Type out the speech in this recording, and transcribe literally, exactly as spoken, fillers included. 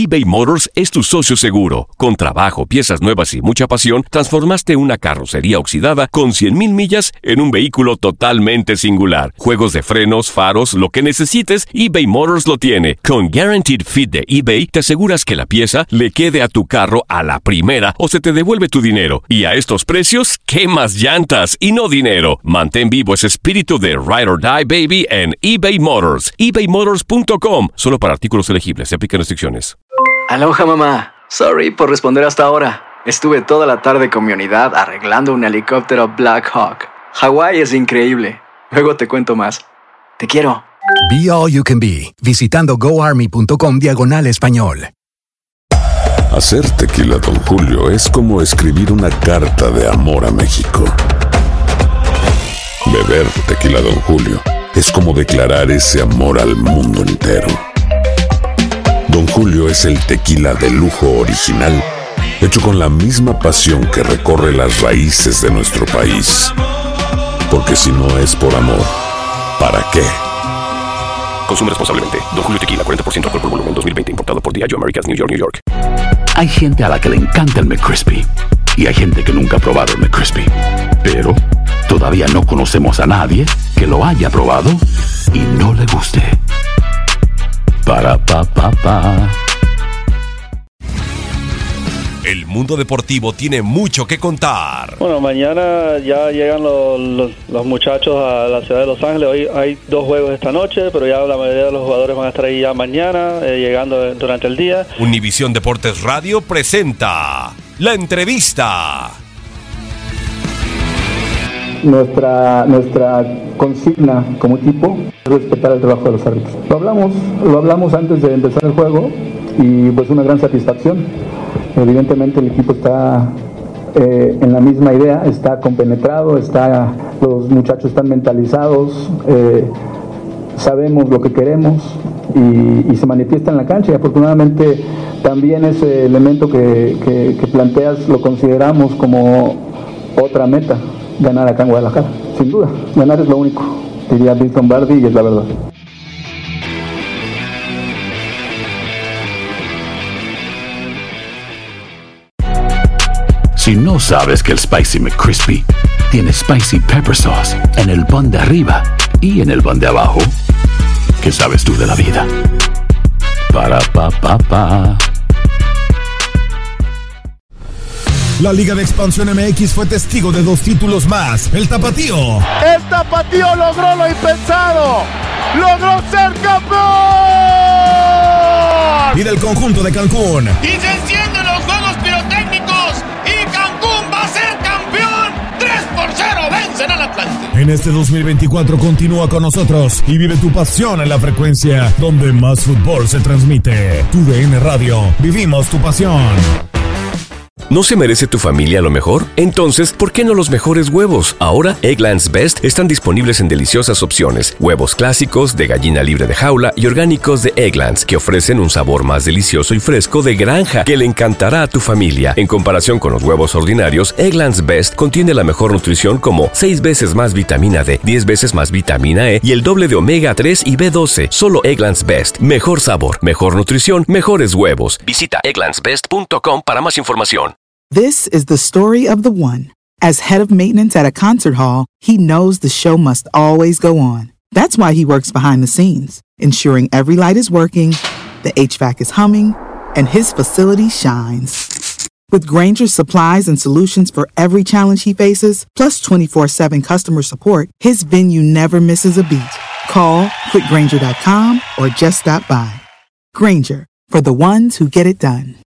eBay Motors es tu socio seguro. Con trabajo, piezas nuevas y mucha pasión, transformaste una carrocería oxidada con cien mil millas en un vehículo totalmente singular. Juegos de frenos, faros, lo que necesites, eBay Motors lo tiene. Con Guaranteed Fit de eBay, te aseguras que la pieza le quede a tu carro a la primera o se te devuelve tu dinero. Y a estos precios, ¿qué más llantas y no dinero? Mantén vivo ese espíritu de Ride or Die, baby, en eBay Motors. ebay motors punto com. Solo para artículos elegibles. Se aplican restricciones. Aloha, mamá. Sorry por responder hasta ahora. Estuve toda la tarde con mi unidad arreglando un helicóptero Black Hawk. Hawái es increíble. Luego te cuento más. Te quiero. Be All You Can Be, visitando goarmy.com diagonal español. Hacer tequila Don Julio es como escribir una carta de amor a México. Beber tequila Don Julio es como declarar ese amor al mundo entero. Don Julio es el tequila de lujo original, hecho con la misma pasión que recorre las raíces de nuestro país. Porque si no es por amor, ¿para qué? Consume responsablemente. Don Julio Tequila, cuarenta por ciento alcohol por volumen, dos mil veinte, importado por Diageo Americas, New York, New York. Hay gente a la que le encanta el McCrispy y hay gente que nunca ha probado el McCrispy. Pero todavía no conocemos a nadie que lo haya probado y no le guste. Para pa pa pa. El mundo deportivo tiene mucho que contar. Bueno, mañana ya llegan los, los, los muchachos a la ciudad de Los Ángeles. Hoy hay dos juegos esta noche, pero ya la mayoría de los jugadores van a estar ahí ya mañana, eh, llegando durante el día. Univisión Deportes Radio presenta La Entrevista. Nuestra, nuestra consigna como equipo es respetar el trabajo de los árbitros. Lo hablamos, lo hablamos antes de empezar el juego y pues una gran satisfacción. Evidentemente el equipo está eh, en la misma idea, está compenetrado, está, los muchachos están mentalizados, eh, sabemos lo que queremos y, y se manifiesta en la cancha. Y afortunadamente también ese elemento que, que, que planteas lo consideramos como otra meta, ganar acá en Guadalajara. Sin duda, ganar es lo único, diría Vince Lombardi, y es la verdad. Si no sabes que el Spicy McCrispy tiene Spicy Pepper Sauce en el pan de arriba y en el pan de abajo, ¿qué sabes tú de la vida? Para pa pa pa. La Liga de Expansión M X fue testigo de dos títulos más. El Tapatío. El Tapatío logró lo impensado. ¡Logró ser campeón! Y del conjunto de Cancún. Y se encienden los juegos pirotécnicos. Y Cancún va a ser campeón. tres por cero vencen al Atlante. En este dos mil veinticuatro continúa con nosotros y vive tu pasión en la frecuencia donde más fútbol se transmite. Tu D N Radio. Vivimos tu pasión. ¿No se merece tu familia lo mejor? Entonces, ¿por qué no los mejores huevos? Ahora, Eggland's Best están disponibles en deliciosas opciones. Huevos clásicos, de gallina libre de jaula y orgánicos de Eggland's, que ofrecen un sabor más delicioso y fresco de granja que le encantará a tu familia. En comparación con los huevos ordinarios, Eggland's Best contiene la mejor nutrición como seis veces más vitamina D, diez veces más vitamina E y el doble de omega tres y B doce. Solo Eggland's Best. Mejor sabor, mejor nutrición, mejores huevos. Visita egglands best punto com para más información. This is the story of the one. As head of maintenance at a concert hall, he knows the show must always go on. That's why he works behind the scenes, ensuring every light is working, the H V A C is humming, and his facility shines. With Grainger's supplies and solutions for every challenge he faces, plus twenty-four seven customer support, his venue never misses a beat. Call quick grainger dot com or just stop by. Grainger, for the ones who get it done.